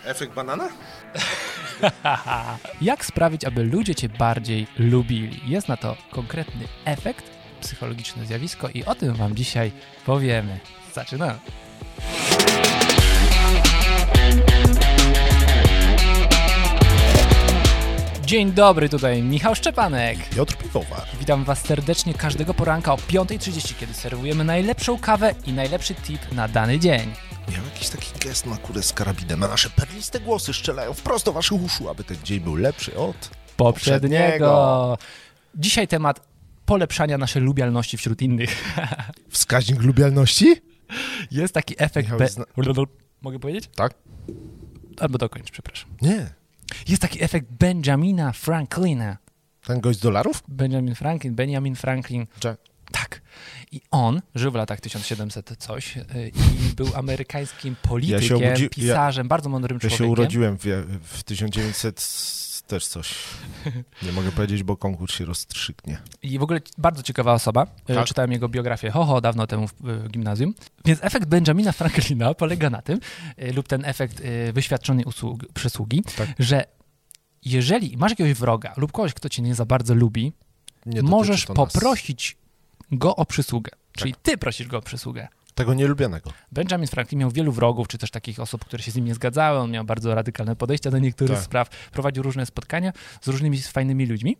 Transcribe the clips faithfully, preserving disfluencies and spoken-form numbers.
Efekt banana? Jak sprawić, aby ludzie cię bardziej lubili? Jest na to konkretny efekt, psychologiczne zjawisko i o tym wam dzisiaj powiemy. Zaczynamy. Dzień dobry, tutaj Michał Szczepanek. Piotr Piwowar. Witam was serdecznie każdego poranka o piąta trzydzieści, kiedy serwujemy najlepszą kawę i najlepszy tip na dany dzień. Miał jakiś taki gest na kurę z karabinem, a nasze perliste głosy strzelają wprost do waszych uszu, aby ten dzień był lepszy od poprzedniego. poprzedniego. Dzisiaj temat polepszania naszej lubialności wśród innych. Wskaźnik lubialności? Jest taki efekt... Michał, Be... zna... Mogę powiedzieć? Tak. Albo dokończ, przepraszam. Nie. Jest taki efekt Benjamina Franklina. Ten gość z dolarów? Benjamin Franklin, Benjamin Franklin. Jack. Tak. I on żył w latach tysiąc siedemset coś yy, i był amerykańskim politykiem, ja obudzi... pisarzem, ja... bardzo mądrym człowiekiem. Ja się urodziłem w, w tysiąc dziewięćset też coś. Nie mogę powiedzieć, bo konkurs się rozstrzygnie. I w ogóle bardzo ciekawa osoba. Tak? Czytałem jego biografię ho, ho, dawno temu w, w gimnazjum. Więc efekt Benjamina Franklina polega na tym, yy, lub ten efekt yy, wyświadczonej usługi, przysługi, tak. że jeżeli masz jakiegoś wroga lub kogoś, kto cię nie za bardzo lubi, nie możesz poprosić go o przysługę. Tak. Czyli ty prosisz go o przysługę. Tego nielubianego. Benjamin Franklin miał wielu wrogów, czy też takich osób, które się z nim nie zgadzały. On miał bardzo radykalne podejścia do niektórych tak. spraw. Prowadził różne spotkania z różnymi fajnymi ludźmi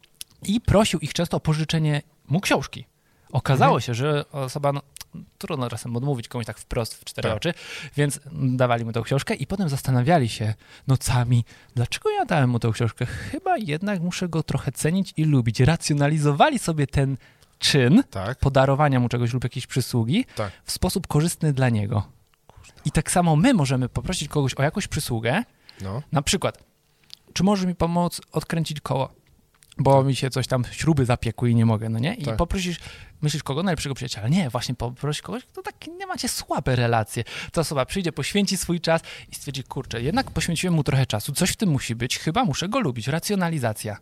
i prosił ich często o pożyczenie mu książki. Okazało mhm. się, że osoba, no, trudno czasem odmówić komuś tak wprost w cztery tak. oczy, więc dawali mu tę książkę i potem zastanawiali się nocami, dlaczego ja dałem mu tę książkę? Chyba jednak muszę go trochę cenić i lubić. Racjonalizowali sobie ten czyn tak. podarowania mu czegoś lub jakiejś przysługi tak. w sposób korzystny dla niego. Kurde. I tak samo my możemy poprosić kogoś o jakąś przysługę, no. na przykład, czy możesz mi pomóc odkręcić koło, bo tak. mi się coś tam, śruby zapiekły i nie mogę, no nie? I tak. poprosisz, myślisz kogo? Najlepszego przyjaciela. Nie, właśnie poprosisz kogoś, kto tak nie macie słabe relacje. Ta osoba przyjdzie, poświęci swój czas i stwierdzi, kurczę, jednak poświęciłem mu trochę czasu, coś w tym musi być, chyba muszę go lubić. Racjonalizacja.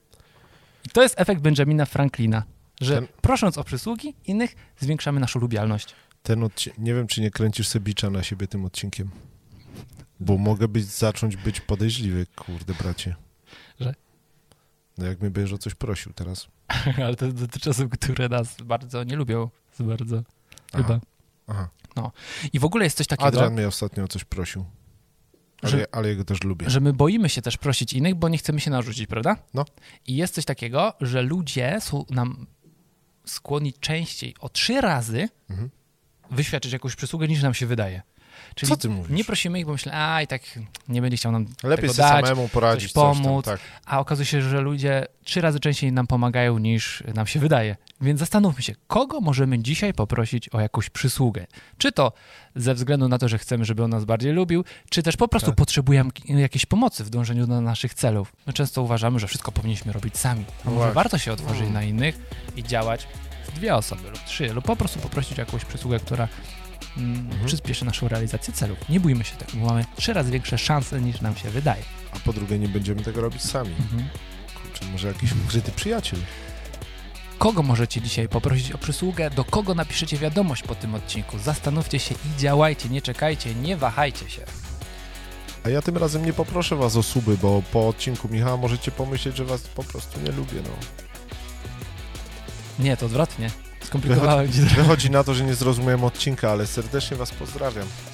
I to jest efekt Benjamina Franklina. Że ten, prosząc o przysługi innych, zwiększamy naszą lubialność. Ten odci- nie wiem, czy nie kręcisz sobie bicza na siebie tym odcinkiem. Bo mogę być, zacząć być podejrzliwy, kurde bracie. Że? No jak mnie będziesz o coś prosił teraz. Ale to dotyczy osób, które nas bardzo nie lubią. Bardzo. Aha. Chyba. Aha. No. I w ogóle jest coś takiego... Adrian mnie ostatnio o coś prosił. Ale, że, ale jego też lubię. Że my boimy się też prosić innych, bo nie chcemy się narzucić, prawda? No. I jest coś takiego, że ludzie są nam skłonni częściej o trzy razy mhm. wyświadczyć jakąś przysługę, niż nam się wydaje. Czyli co ty mówisz? Nie prosimy ich, bo myślę, a i tak nie będzie chciał nam lepiej tego dać, samemu poradzić, coś pomóc, coś tam, tak. a okazuje się, że ludzie trzy razy częściej nam pomagają, niż nam się wydaje. Więc zastanówmy się, kogo możemy dzisiaj poprosić o jakąś przysługę. Czy to ze względu na to, że chcemy, żeby on nas bardziej lubił, czy też po prostu tak. potrzebujemy jakiejś pomocy w dążeniu do naszych celów. My często uważamy, że wszystko powinniśmy robić sami. A może Właśnie. warto się otworzyć mm. na innych i działać w dwie osoby lub trzy, lub po prostu poprosić o jakąś przysługę, która mm, mhm. przyspieszy naszą realizację celów. Nie bójmy się tego, bo mamy trzy razy większe szanse, niż nam się wydaje. A po drugie, nie będziemy tego robić sami. Mhm. Kurczę, może jakiś ukryty przyjaciel. Kogo możecie dzisiaj poprosić o przysługę? Do kogo napiszecie wiadomość po tym odcinku? Zastanówcie się i działajcie, nie czekajcie, nie wahajcie się. A ja tym razem nie poproszę was o suby, bo po odcinku Michała możecie pomyśleć, że was po prostu nie lubię, no. Nie, to odwrotnie. Skomplikowałem Wychodzi, ci trochę. Wychodzi na to, że nie zrozumiałem odcinka, ale serdecznie was pozdrawiam.